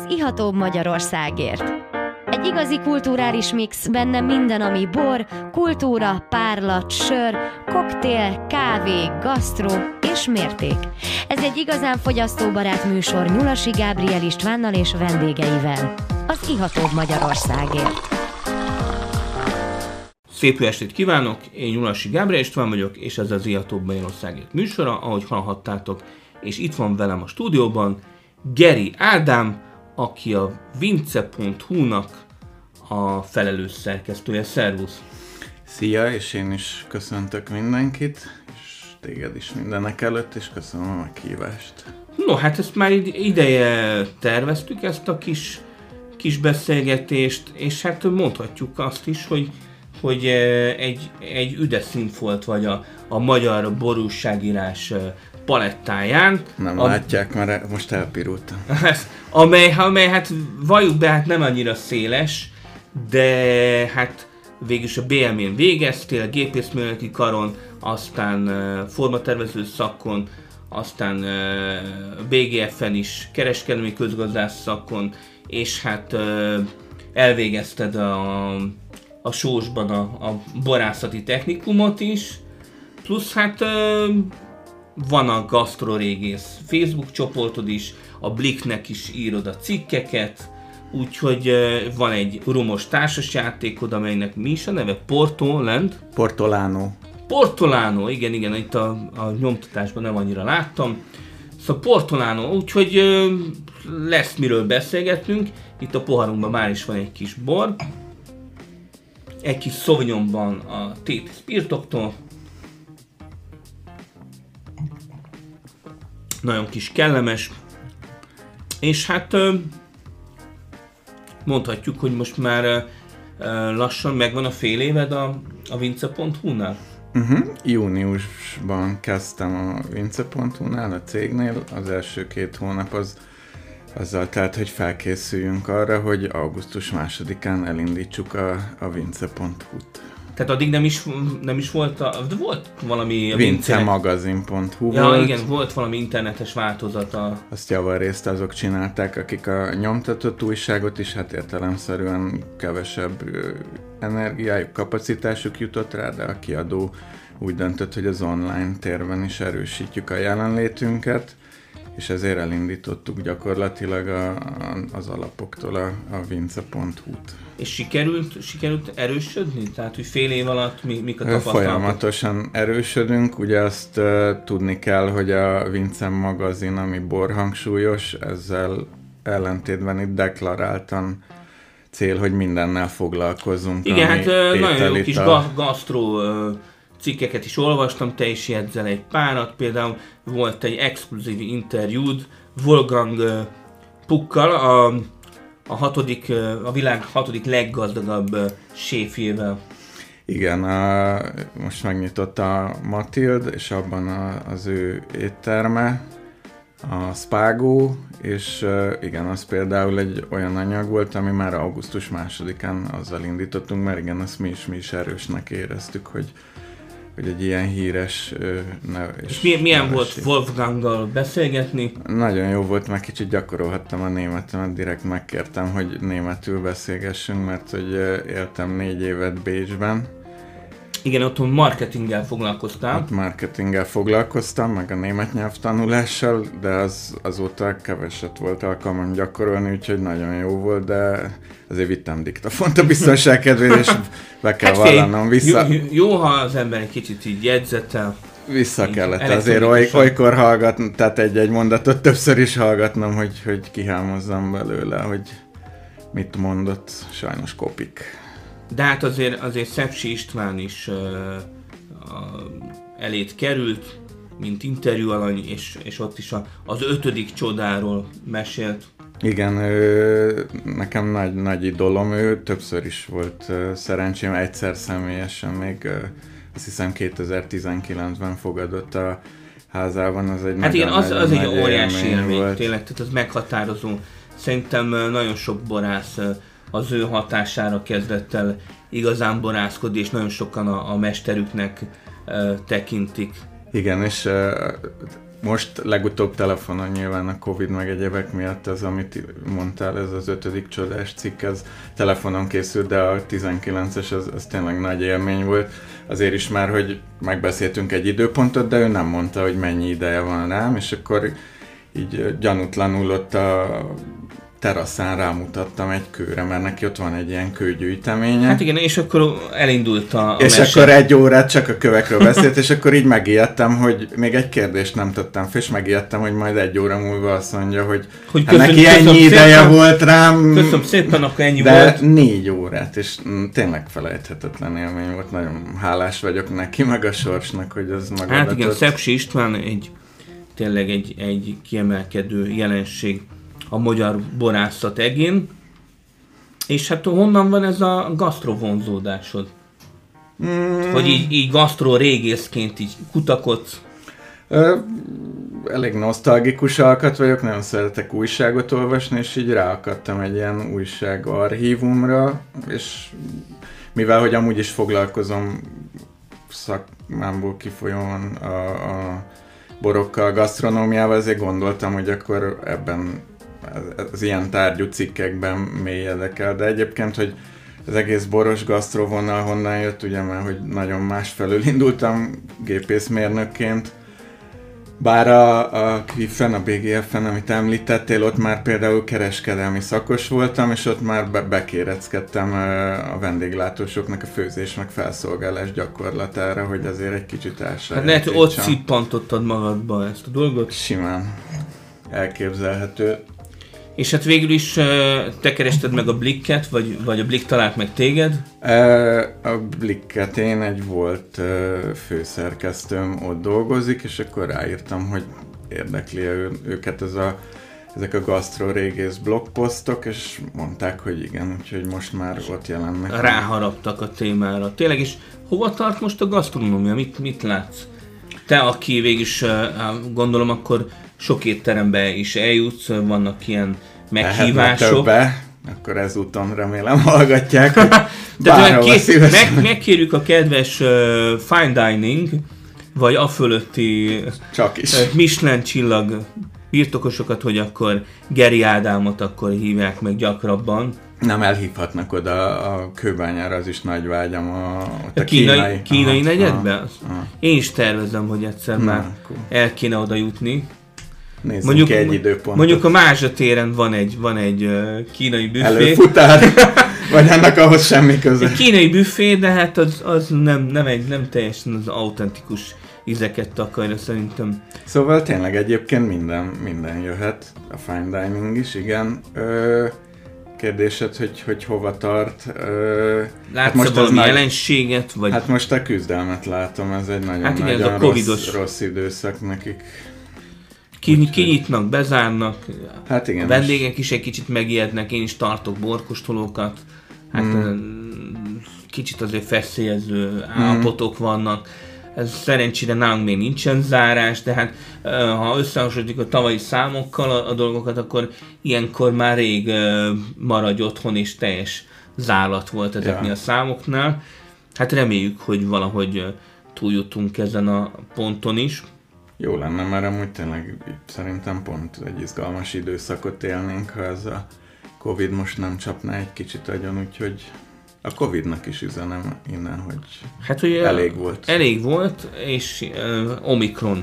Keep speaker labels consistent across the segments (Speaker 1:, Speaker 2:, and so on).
Speaker 1: ihatóbb Magyarországért. Egy igazi kulturális mix, benne minden, ami bor, kultúra, párlat, sör, koktél, kávé, gasztró és mérték. Ez egy igazán fogyasztóbarát műsor Nyulasi Gábriel Istvánnal és vendégeivel. Az ihatóbb Magyarországért.
Speaker 2: Szép jó estét kívánok, én Nyulasi Gábriel István vagyok, és ez az ihatóbb Magyarországért műsora, ahogy hallhattátok, és itt van velem a stúdióban Geri Ádám, aki a vince.hu-nak a felelős szerkesztője. Szervusz!
Speaker 3: Szia, és én is köszöntök mindenkit, és téged is mindenek előtt, és köszönöm a meghívást.
Speaker 2: No, hát ezt már ideje terveztük, ezt a kis beszélgetést, és hát mondhatjuk azt is, hogy egy üdes színfolt vagy a magyar borúságírás palettáján.
Speaker 3: Nem látják, mert most elpirultam.
Speaker 2: amely hát valljuk be, hát nem annyira széles, de hát végülis a BM-én végeztél, gépészmérnöki karon, aztán formatervező szakon, aztán BGF-en is kereskedelmi közgazdász szakon, és hát elvégezted a Sósban a borászati technikumot is, plusz hát van a Gastrorégész Facebook csoportod is, a Blicknek is írod a cikkeket, úgyhogy van egy rumos társasjátékod, amelynek mi is a neve? Portolano, igen, itt a nyomtatásban nem annyira láttam. Szóval Portolano, úgyhogy lesz miről beszélgetnünk. Itt a poharunkban már is van egy kis bor. Egy kis Sauvignonban a Téti Spiritoktól. Nagyon kis kellemes. És hát mondhatjuk, hogy most már lassan megvan a fél éved a vince.hu-nál?
Speaker 3: Júniusban kezdtem a vince.hu-nál, a cégnél. Az első 2 hónap azzal telt, hogy felkészüljünk arra, hogy augusztus 2-án elindítsuk a vince.hu-t.
Speaker 2: Tehát addig nem is volt, de volt valami...
Speaker 3: vincemagazin.hu
Speaker 2: ja,
Speaker 3: volt.
Speaker 2: Igen, volt valami internetes változata.
Speaker 3: Azt javarészt azok csinálták, akik a nyomtatott újságot is, hát értelemszerűen kevesebb energiájuk, kapacitásuk jutott rá, de a kiadó úgy döntött, hogy az online térben is erősítjük a jelenlétünket, és ezért elindítottuk gyakorlatilag az alapoktól a vince.hu-t.
Speaker 2: És sikerült erősödni? Tehát, hogy fél év alatt mik a tapasztalatok?
Speaker 3: Folyamatosan erősödünk, ugye azt tudni kell, hogy a Vince magazin, ami borhangsúlyos, ezzel ellentétben itt deklaráltan cél, hogy mindennel foglalkozunk.
Speaker 2: Igen, hát nagyon jó kis gasztró cikkeket is olvastam, te is jegyzel egy párat, például volt egy exkluzív interjúd Wolfgang Puckkal, a világ 6. leggazdagabb séfjével.
Speaker 3: Igen, most megnyitott a Matild, és abban az ő étterme, a Spago, és igen, az például egy olyan anyag volt, ami már augusztus 2-án azzal indítottunk, mert igen, azt mi is erősnek éreztük, hogy egy ilyen híres
Speaker 2: és milyen volt Wolfganggal beszélgetni?
Speaker 3: Nagyon jó volt, meg kicsit gyakorolhattam a németemet, direkt megkértem, hogy németül beszélgessünk, mert hogy éltem 4 évet Bécsben.
Speaker 2: Igen, ott marketinggel foglalkoztál.
Speaker 3: Ott marketinggel foglalkoztam, meg a német nyelvtanulással, de azóta keveset volt alkalmam gyakorolni, úgyhogy nagyon jó volt, de azért vittem diktafont a biztonság kedvéért, és be kell vallanom vissza.
Speaker 2: Jó, ha az ember egy kicsit így jegyzettel.
Speaker 3: Vissza kellett azért olykor hallgatni, tehát egy mondatot többször is hallgatnom, hogy kihámozzam belőle, hogy mit mondott, sajnos kopik.
Speaker 2: De hát azért Szepsi István is elét került, mint interjú alany, és ott is az 5. csodáról mesélt.
Speaker 3: Igen, nekem nagy idolom, ő többször is volt szerencsém, egyszer személyesen, még azt hiszem 2019-ben fogadott a házában, az egy
Speaker 2: hát igen, az egy óriási élmény
Speaker 3: volt.
Speaker 2: Tényleg, tehát az meghatározó. Szerintem nagyon sok borász az ő hatására kezdett el igazán borászkodni, és nagyon sokan a mesterüknek tekintik.
Speaker 3: Igen, és most legutóbb telefonon nyilván a Covid meg egyebek miatt ez, amit mondtál, ez az 5. csodás cikk, ez telefonon készült, de a 19-es az tényleg nagy élmény volt. Azért is már, hogy megbeszéltünk egy időpontot, de ő nem mondta, hogy mennyi ideje van rám, és akkor így gyanútlanul ott a teraszán rámutattam egy kőre, mert neki ott van egy ilyen kőgyűjteménye.
Speaker 2: Hát igen, és akkor elindult a
Speaker 3: és mese. Akkor 1 órát csak a kövekről beszélt, és akkor így megijedtem, hogy még egy kérdést nem tettem fel, és megijedtem, hogy majd 1 óra múlva azt mondja, hogy hát neki ennyi ideje szépen, volt rám.
Speaker 2: Köszönöm szépen, akkor ennyi
Speaker 3: de
Speaker 2: volt.
Speaker 3: 4 órát, és tényleg felejthetetlen élmény volt. Nagyon hálás vagyok neki, meg a sorsnak, hogy ez megadatott.
Speaker 2: Hát igen, Szepsi István tényleg egy kiemelkedő jelenség a magyar borászat egén. És hát honnan van ez a gasztrovonzódásod? Hogy így gasztrorégészként így kutakodsz?
Speaker 3: Elég nosztalgikus alkat vagyok, nagyon szeretek újságot olvasni, és így ráakadtam egy ilyen újság archívumra, és mivel hogy amúgy is foglalkozom szakmámból kifolyóan a borokkal, gasztronómiával, ezért gondoltam, hogy akkor ebben az ilyen tárgyú cikkekben mélyedek el, de egyébként, hogy az egész boros gasztrovonal honnan jött, ugye már, hogy nagyon másfelől indultam gépészmérnökként, bár a KIF-en, a BGF-en, amit említettél, ott már például kereskedelmi szakos voltam, és ott már bekéreckedtem a vendéglátósoknak a főzés meg felszolgálás gyakorlatára, hogy azért egy kicsit elsajátítsam.
Speaker 2: Hát lehet, hogy ott szippantottad magadba ezt a dolgot?
Speaker 3: Simán elképzelhető.
Speaker 2: És hát végül is te kerested meg a Blikket, vagy a Blikk talált meg téged?
Speaker 3: A Blikket én egy volt főszerkesztőm ott dolgozik, és akkor ráírtam, hogy érdekli őket ezek a gasztrorégész blogposztok, és mondták, hogy igen, úgyhogy most már ott jelennek.
Speaker 2: Ráharaptak a témára. Tényleg is, hova tart most a gasztronómia? Mit látsz? Te, aki végülis gondolom, akkor sok étterembe is eljutsz, vannak ilyen meghívások.
Speaker 3: Akkor ezúton remélem hallgatják, hogy
Speaker 2: de megkérjük a kedves fine dining, vagy a fölötti Michelin csillag birtokosokat, hogy akkor Geri Ádámot akkor hívják meg gyakrabban.
Speaker 3: Nem elhívhatnak oda a Kőbányára, az is nagy vágyam
Speaker 2: a kínai negyedbe? Én is tervezem, hogy egyszer már el kéne oda jutni.
Speaker 3: Nézzünk egy időpontot.
Speaker 2: Mondjuk a Mázsa téren van egy kínai büfé.
Speaker 3: Előfutár, vagy ennek ahhoz semmi köze.
Speaker 2: Egy kínai büfé, de hát az nem teljesen az autentikus ízeket takarja szerintem.
Speaker 3: Szóval tényleg egyébként minden jöhet, a fine dining is, igen. Kérdésed, hogy hova tart.
Speaker 2: Látsz most valami jelenséget? Vagy...
Speaker 3: Hát most a küzdelmet látom, ez egy nagyon rossz időszak nekik.
Speaker 2: Kinyitnak, bezárnak,
Speaker 3: hát igen,
Speaker 2: a vendégek is egy kicsit megijednek, én is tartok borkóstolókat, hát kicsit azért feszélyező állapotok vannak. Ez szerencsére nálunk még nincsen zárás, de hát ha összehasonlítjuk a tavalyi számokkal a dolgokat, akkor ilyenkor már rég maradj otthon, és teljes zárlat volt ezeknél a számoknál. Hát reméljük, hogy valahogy túljutunk ezen a ponton is.
Speaker 3: Jó lenne, mert amúgy tényleg szerintem pont egy izgalmas időszakot élnénk, ha ez a Covid most nem csapná egy kicsit agyon, úgyhogy a Covidnak is üzenem innen, hogy elég volt.
Speaker 2: Elég volt, és Omikron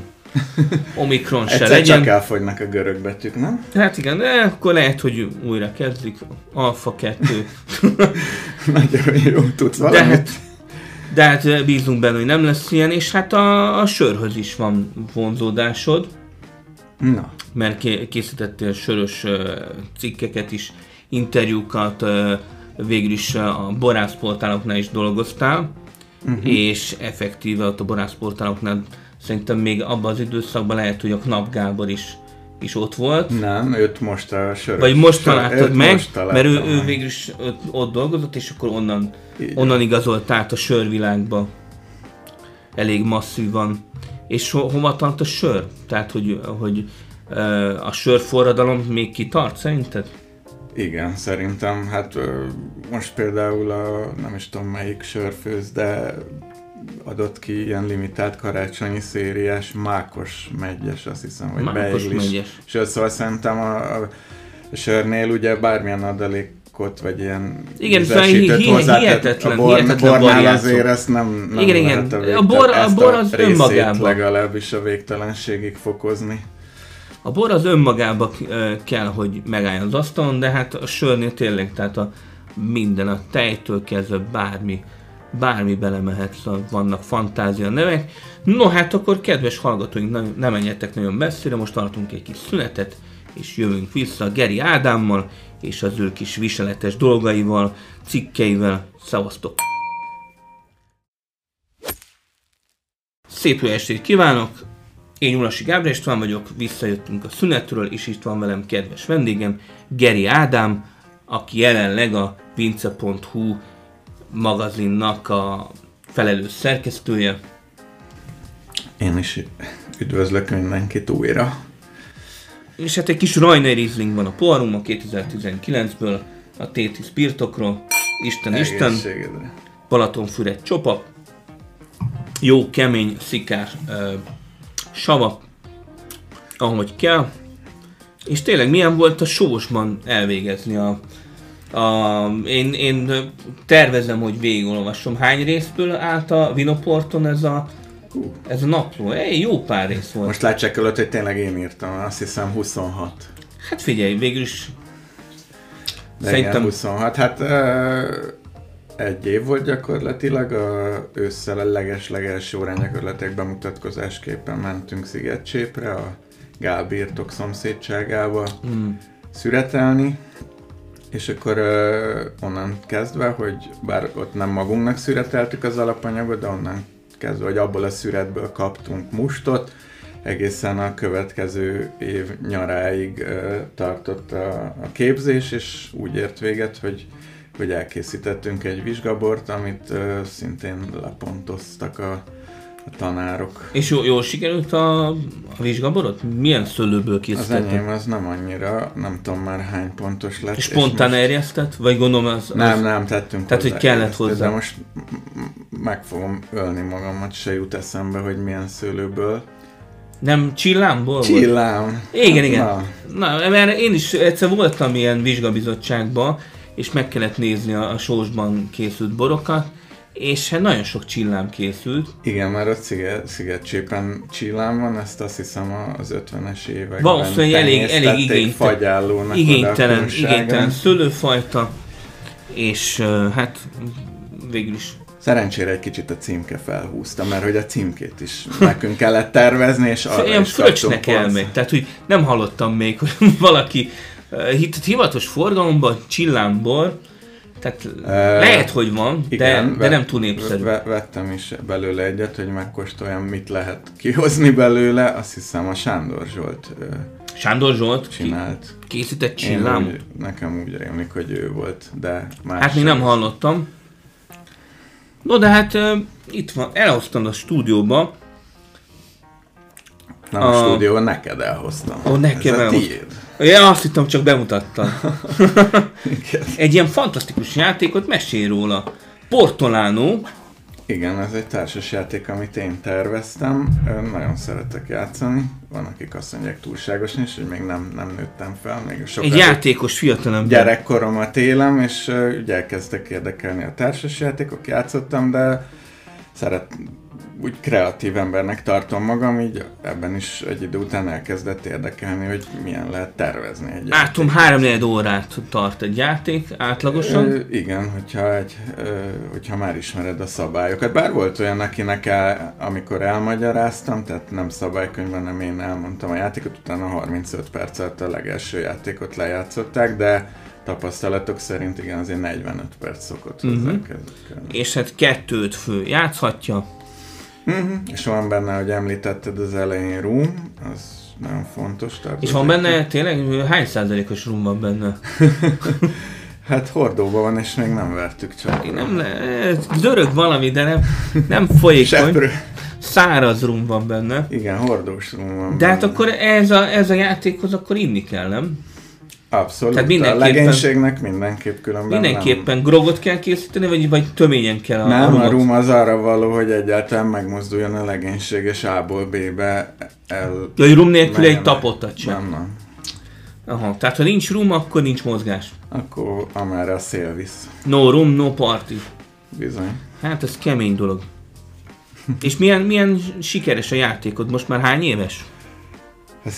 Speaker 2: se
Speaker 3: egyszer
Speaker 2: legyen.
Speaker 3: Csak elfogynak a görög betűk, nem?
Speaker 2: Hát igen, de akkor lehet, hogy újra kezdik. Alfa 2.
Speaker 3: Nagyon jó, tudsz valamit?
Speaker 2: De hát bízunk benne, hogy nem lesz ilyen, és hát a sörhöz is van vonzódásod.
Speaker 3: Na.
Speaker 2: Mert készítettél sörös cikkeket is, interjúkat, végül is a borászportáloknál is dolgoztál, és effektíve ott a borászportáloknál szerintem még abban az időszakban lehet, hogy a Knap Gábor is ott volt.
Speaker 3: Nem, őt most a sörös.
Speaker 2: Vagy most találtad meg, mert ő végül is ott dolgozott, és akkor onnan igazolt át a sörvilágba. Elég masszívan. És hova tart a sör? Tehát, hogy a sörforradalom még kitart szerinted?
Speaker 3: Igen, szerintem. Hát most például nem is tudom melyik sörfőz, de adott ki ilyen limitált karácsonyi szériás mákos megyes, azt hiszem, vagy beiglis. És szóval szerintem a sörnél ugye bármilyen adalékot, vagy ilyen
Speaker 2: ízesítőt hozzátett, a
Speaker 3: bornál azért ezt nem
Speaker 2: lehet a bor az önmagában
Speaker 3: legalábbis a végtelenségig fokozni.
Speaker 2: A bor az önmagában kell, hogy megálljon az asztalon, de hát a sörnél tényleg, tehát minden, a tejtől kezdve bármi belemehet, szóval vannak fantázia nevek. No hát akkor kedves hallgatóink, nem menjetek nagyon messzire, most tartunk egy kis szünetet, és jövünk vissza Geri Ádámmal, és az ő kis viseletes dolgaival, cikkeivel. Szevasztok! Szép jó estét kívánok! Én Ulasi Gábor István vagyok, visszajöttünk a szünetről, és itt van velem kedves vendégem, Geri Ádám, aki jelenleg a Vince.hu magazinnak a felelős szerkesztője.
Speaker 3: Én is üdvözlök mindenkit újra.
Speaker 2: És hát egy kis Rajner Riesling van a poharunkban 2019-ből, a Tétis birtokról. Isten, Balatonfüred csopa, jó kemény szikár sava, ahogy kell. És tényleg milyen volt a sósban elvégezni én tervezem, hogy végigolvasom. Hány részből állt a Vinoporton ez a napló? Jó pár rész volt.
Speaker 3: Most lecsekkelőtt, hogy tényleg én írtam, azt hiszem 26.
Speaker 2: Hát figyelj, végül is
Speaker 3: de szerintem... Igen, 26. Hát egy év volt gyakorlatilag, ősszel a leges-legelső órán gyakorlatilag bemutatkozásképpen mentünk Szigetcsépre, a Gál birtok szomszédságába szüretelni. És akkor onnan kezdve, hogy bár ott nem magunknak szüreteltük az alapanyagot, de onnan kezdve, hogy abból a szüretből kaptunk mustot, egészen a következő év nyaráig tartott a képzés, és úgy ért véget, hogy elkészítettünk egy vizsgabort, amit szintén lepontoztak a tanárok.
Speaker 2: És jól sikerült a vizsgaborot? Milyen szőlőből készítettek?
Speaker 3: Az enyém az nem annyira, nem tudom már hány pontos lett.
Speaker 2: És spontán most... erjesztett? Vagy gondolom az...
Speaker 3: Nem, tettünk
Speaker 2: tehát, hogy kellett hozzá.
Speaker 3: De most meg fogom ölni magamat, se jut eszembe, hogy milyen szőlőből.
Speaker 2: Nem csillámból volt?
Speaker 3: Csillám.
Speaker 2: Igen. Na, mert én is egyszer voltam ilyen vizsgabizottságban, és meg kellett nézni a sósban készült borokat, és hát nagyon sok csillám készült.
Speaker 3: Igen, már ott Szigetcsépen csillám van, ezt azt hiszem az 50-es években
Speaker 2: valószínűleg elég igénytelen szőlőfajta, és hát végül is
Speaker 3: szerencsére egy kicsit a címke felhúzta, mert hogy a címkét is nekünk kellett tervezni, és arra
Speaker 2: ilyen
Speaker 3: is kaptunk
Speaker 2: elmegy, tehát hogy nem hallottam még, hogy valaki hivatalos forgalomban csillámbor, tehát lehet, hogy van, igen, de nem túl népszerű.
Speaker 3: Vettem is belőle egyet, hogy megkóstoljam, mit lehet kihozni belőle. Azt hiszem a Sándor Zsolt
Speaker 2: csinált. Készített csillámot?
Speaker 3: Nekem úgy rémlik, hogy ő volt, de más.
Speaker 2: Hát még nem hallottam. No, de hát itt van, elhoztam a stúdióba.
Speaker 3: Nem a stúdióban neked elhoztam.
Speaker 2: Nekem
Speaker 3: ez a tiéd.
Speaker 2: Ja, azt hittem, csak bemutattam. Egy ilyen fantasztikus játékot, mesélj róla. Portolano.
Speaker 3: Igen, ez egy társasjáték, amit én terveztem. Nagyon szeretek játszani. Van, akik azt mondják túlságosan is, hogy még nem nőttem fel. Még
Speaker 2: egy játékos fiatalember.
Speaker 3: Gyerekkoromat élem, és ugye elkezdtek érdekelni a társasjátékok, játszottam, de úgy kreatív embernek tartom magam, így ebben is egy idő után elkezdett érdekelni, hogy milyen lehet tervezni egy játékot.
Speaker 2: 3-4 órát tart egy játék átlagosan?
Speaker 3: Igen, hogyha már ismered a szabályokat. Bár volt olyan, akinek amikor elmagyaráztam, tehát nem szabálykönyvben, nem én elmondtam a játékot, utána 35 perc alatt a legelső játékot lejátszották, de tapasztalatok szerint igen, azért 45 perc szokott hozzá kezdeni.
Speaker 2: És hát 2 fő játszhatja.
Speaker 3: És van benne, hogy említetted az elején rum, az nagyon fontos.
Speaker 2: És van benne tényleg, hány százalékos rum van benne?
Speaker 3: Hát hordóban van, és még nem vertük csak.
Speaker 2: Dörög valami, de nem folyékony. Száraz rum van benne.
Speaker 3: Igen, hordós rum van
Speaker 2: de benne. Hát akkor ez a játékhoz akkor inni kell, nem?
Speaker 3: Abszolút,
Speaker 2: Tehát
Speaker 3: a legénységnek mindenképp különben
Speaker 2: mindenképpen grogot kell készíteni, vagy töményen kell a
Speaker 3: nem,
Speaker 2: rumot?
Speaker 3: a rum az arra való, hogy egyáltalán megmozduljon a legénység, és A-ból B-be el...
Speaker 2: Ja, hogy rum nélkül egy tapottat sem.
Speaker 3: Nem.
Speaker 2: Aha, tehát ha nincs rum, akkor nincs mozgás.
Speaker 3: Akkor amerre a szél visz.
Speaker 2: No rum, no party.
Speaker 3: Bizony.
Speaker 2: Hát ez kemény dolog. És milyen sikeres a játékod? Most már hány éves?
Speaker 3: Ez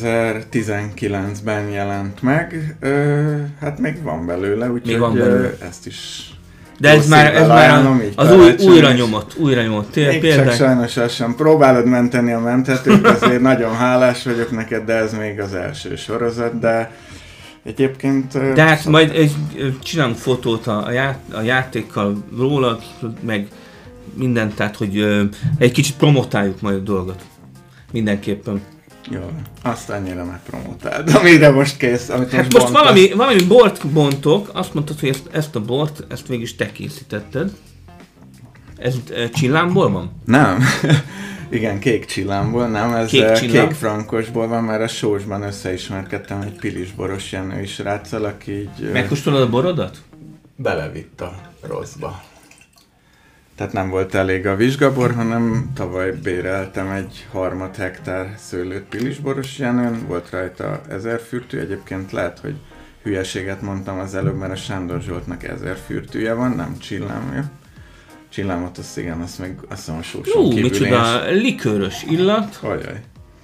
Speaker 3: 2019-ben jelent meg, hát még van belőle, úgyhogy ezt is...
Speaker 2: De ez már az újra nyomott
Speaker 3: még csak sajnos azt sem. Próbálod menteni a mentetőt, ezért nagyon hálás vagyok neked, de ez még az első sorozat, de egyébként...
Speaker 2: De hát majd csinálunk fotót a játékkal rólad, meg mindent, tehát hogy egy kicsit promotáljuk majd a dolgot. Mindenképpen.
Speaker 3: Jó, azt annyira megpromotáld, amire most kész, amit
Speaker 2: hát most valami bort bontok, azt mondtad, hogy ezt a bort, ezt végig is te készítetted. Ez csillámból van?
Speaker 3: Nem. Igen, kék csillámból, nem, ez kék frankosból van, mert a Sósban összeismerkedtem egy pilisboros Jenő sráccal, aki így...
Speaker 2: Megkóstolod a borodat?
Speaker 3: Belevitt a rosszba. Tehát nem volt elég a vizsgabor, hanem tavaly béreltem egy 3 hektár szőlőt pilisboros Jenőn, volt rajta 1000 fürtű, egyébként lehet, hogy hülyeséget mondtam az előbb, mert a Sándor Zsoltnak 1000 fürtűje van, nem csillámja. Csillámot azt igen, azt meg azt mondom, sóson kívül
Speaker 2: micsoda likőrös illat.
Speaker 3: Ajaj.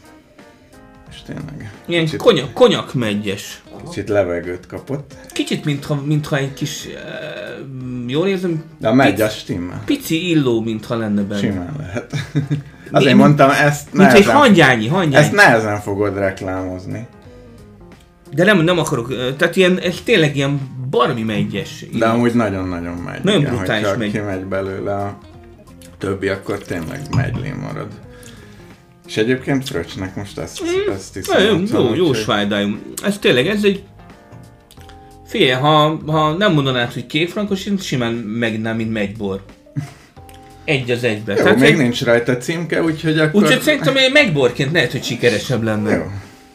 Speaker 3: És tényleg.
Speaker 2: Ilyen kicsit, konyak-meggyes.
Speaker 3: Kicsit levegőt kapott.
Speaker 2: Kicsit, mintha egy kis, jól érzem,
Speaker 3: de a megy a stimmel.
Speaker 2: Pici illó, mintha lenne benne.
Speaker 3: Simán lehet. Azért mondtam, ezt
Speaker 2: nehezen... Mint egy hangyányi.
Speaker 3: Ezt nehezen fogod reklámozni.
Speaker 2: De nem akarok, tehát ez tényleg ilyen baromi meggyes.
Speaker 3: De amúgy nagyon-nagyon megy.
Speaker 2: Nagyon brutális megy.
Speaker 3: Ha kimegy belőle a többi, akkor tényleg megylén marad. És egyébként fröccsnek most ezt iszom.
Speaker 2: Jó svájdájú. Ez tényleg, ez egy... Figyelj, ha nem mondanád, hogy kék frankos, én simán meginnám, mint megybor. Egy az egybe.
Speaker 3: Jó, tehát még nincs rajta címke, úgyhogy akkor...
Speaker 2: Úgyhogy szerintem megborként lehet, hogy sikeresebb lenne.
Speaker 3: Jó.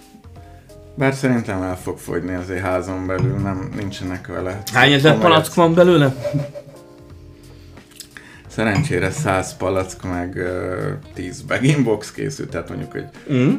Speaker 3: Bár szerintem el fog fogyni azért házon belül, nincsenek vele.
Speaker 2: Hány ezer palack van belőle?
Speaker 3: Szerencsére 100 palack, meg 10 bag-in box készült, tehát mondjuk, hogy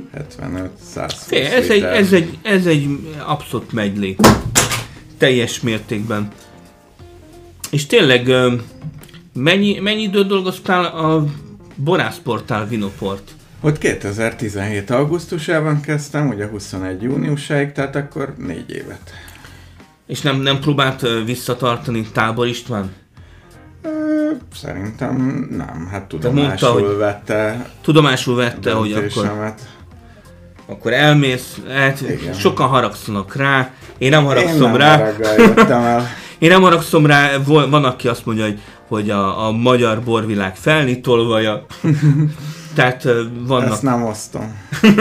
Speaker 3: 75-100
Speaker 2: ez egy abszolút megylé. Teljes mértékben. És tényleg, mennyi időt dolgoztál a borászportál Vinoport?
Speaker 3: Ott 2017. augusztusában kezdtem, ugye 21. júniusáig, tehát akkor 4 évet.
Speaker 2: És nem próbált visszatartani Tábor István?
Speaker 3: Szerintem nem, hát tudomásul vette,
Speaker 2: hogy akkor elmész, hát sokan haragszanak rá, én nem haragszom rá. Én nem haragszom rá, van aki azt mondja, hogy a magyar borvilág felnitolvaja. Tehát vannak...
Speaker 3: Ezt nem osztom.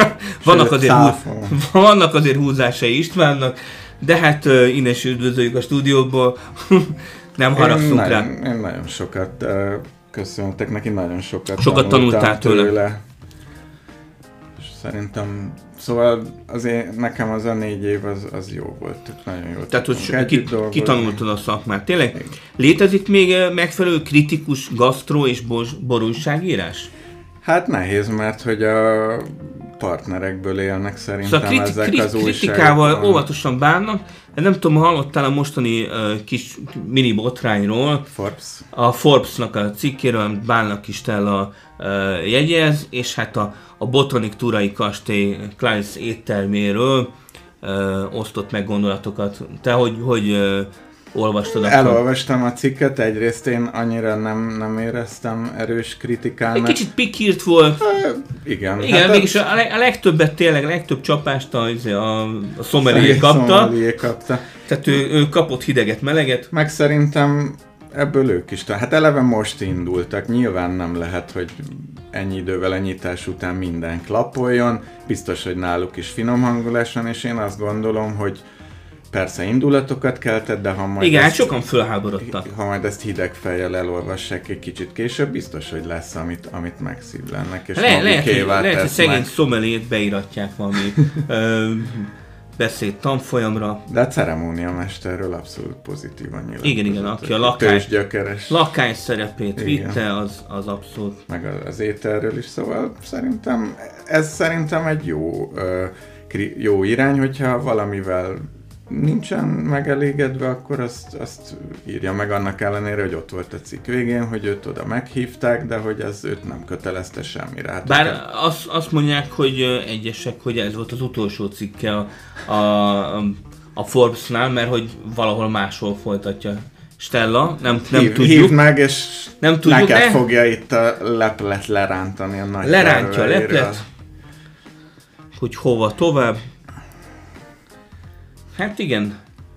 Speaker 2: vannak azért húzásai Istvánnak, de hát innen is üdvözöljük a stúdióból. Nem haragszunk rá.
Speaker 3: Én nagyon sokat köszöntek neki, nagyon sokat
Speaker 2: tanultál tőle.
Speaker 3: És szerintem, szóval azért nekem az a 4 év az jó volt, nagyon jó.
Speaker 2: Tehát, hogy kitanultad a szakmát. Tényleg? Létezik még megfelelő kritikus gasztró és borújságírás?
Speaker 3: Hát nehéz, mert hogy a partnerekből élnek szerintem szóval ezek az újságok.
Speaker 2: Kritikával óvatosan bánnak. Nem tudom, hallottál a mostani kis mini botrányról.
Speaker 3: Forbes.
Speaker 2: A Forbes-nak a cikkéről, amit Bálnak Istella jegyez, és hát a Botanik Turai kastély Kleins étterméről osztott meg gondolatokat. Te hogy olvastad?
Speaker 3: Elolvastam a cikket, egyrészt én annyira nem éreztem erős kritikának.
Speaker 2: Egy kicsit pikírt volt.
Speaker 3: Igen,
Speaker 2: mégis a legtöbbet tényleg, a legtöbb csapást a sommelier kapta. Tehát ő kapott hideget, meleget.
Speaker 3: Meg szerintem ebből ők is. Hát eleve most indultak. Nyilván nem lehet, hogy ennyi idővel a nyitás után minden klappoljon. Biztos, hogy náluk is finom hangulás van, és én azt gondolom, hogy persze indulatokat keltett, de ha majd
Speaker 2: igen, hát sokan fölháborodtak.
Speaker 3: Ha majd ezt hideg fejjel elolvassák egy kicsit később, biztos, hogy lesz, amit megszívlennek, és
Speaker 2: lehet, hogy szegény szomeliét beiratják valami beszéd tanfolyamra.
Speaker 3: De a ceremóniamesterről abszolút pozitívan nyilatkozott.
Speaker 2: Igen, aki a lakály szerepét
Speaker 3: igen.
Speaker 2: vitte, az abszolút.
Speaker 3: Meg az ételről is, szóval szerintem egy jó irány, hogyha valamivel nincsen megelégedve, akkor azt írja meg annak ellenére, hogy ott volt a cikk végén, hogy őt oda meghívták, de hogy ez őt nem kötelezte semmire. Hát
Speaker 2: bár azt mondják, hogy egyesek, hogy ez volt az utolsó cikke a Forbes-nál, mert hogy valahol máshol folytatja Stella, nem tudjuk.
Speaker 3: Hívd meg, és
Speaker 2: nem tudjuk,
Speaker 3: neked fogja itt a leplet lerántani a nagy
Speaker 2: lerántja a leplet, hogy hova tovább. Hát igen.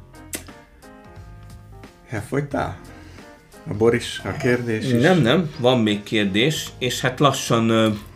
Speaker 3: Elfogytál? A Boris, a kérdés is?
Speaker 2: Nem, van még kérdés, és hát lassan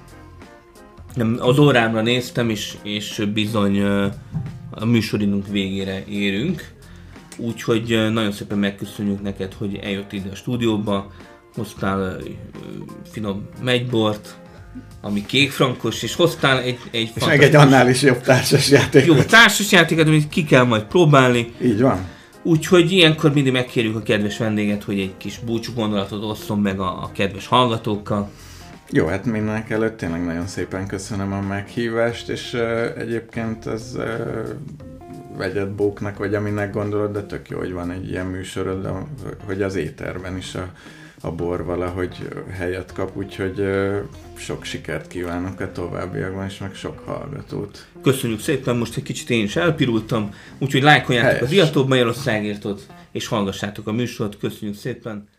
Speaker 2: az órámra néztem, és bizony a műsoridőnk végére érünk. Úgyhogy nagyon szépen megköszönjük neked, hogy eljött ide a stúdióba, hoztál finom megybort, ami kékfrankos, és hoztál egy
Speaker 3: és meg egy annál is jobb társasjátékot.
Speaker 2: Jó társasjátékot, amit ki kell majd próbálni.
Speaker 3: Így van.
Speaker 2: Úgyhogy ilyenkor mindig megkérjük a kedves vendéget, hogy egy kis búcsú gondolatot osszon meg a kedves hallgatókkal.
Speaker 3: Jó, hát mindenek előtt tényleg nagyon szépen köszönöm a meghívást, és egyébként az vegyed bóknak, vagy aminek gondolod, de tök jó, hogy van egy ilyen műsorod, hogy az éterben is a bor valahogy helyet kap, úgyhogy sok sikert kívánok a továbbiakban, és meg sok hallgatót.
Speaker 2: Köszönjük szépen, most egy kicsit én is elpirultam, úgyhogy lájkoljátok az Iató Magyarországért, és hallgassátok a műsort, köszönjük szépen!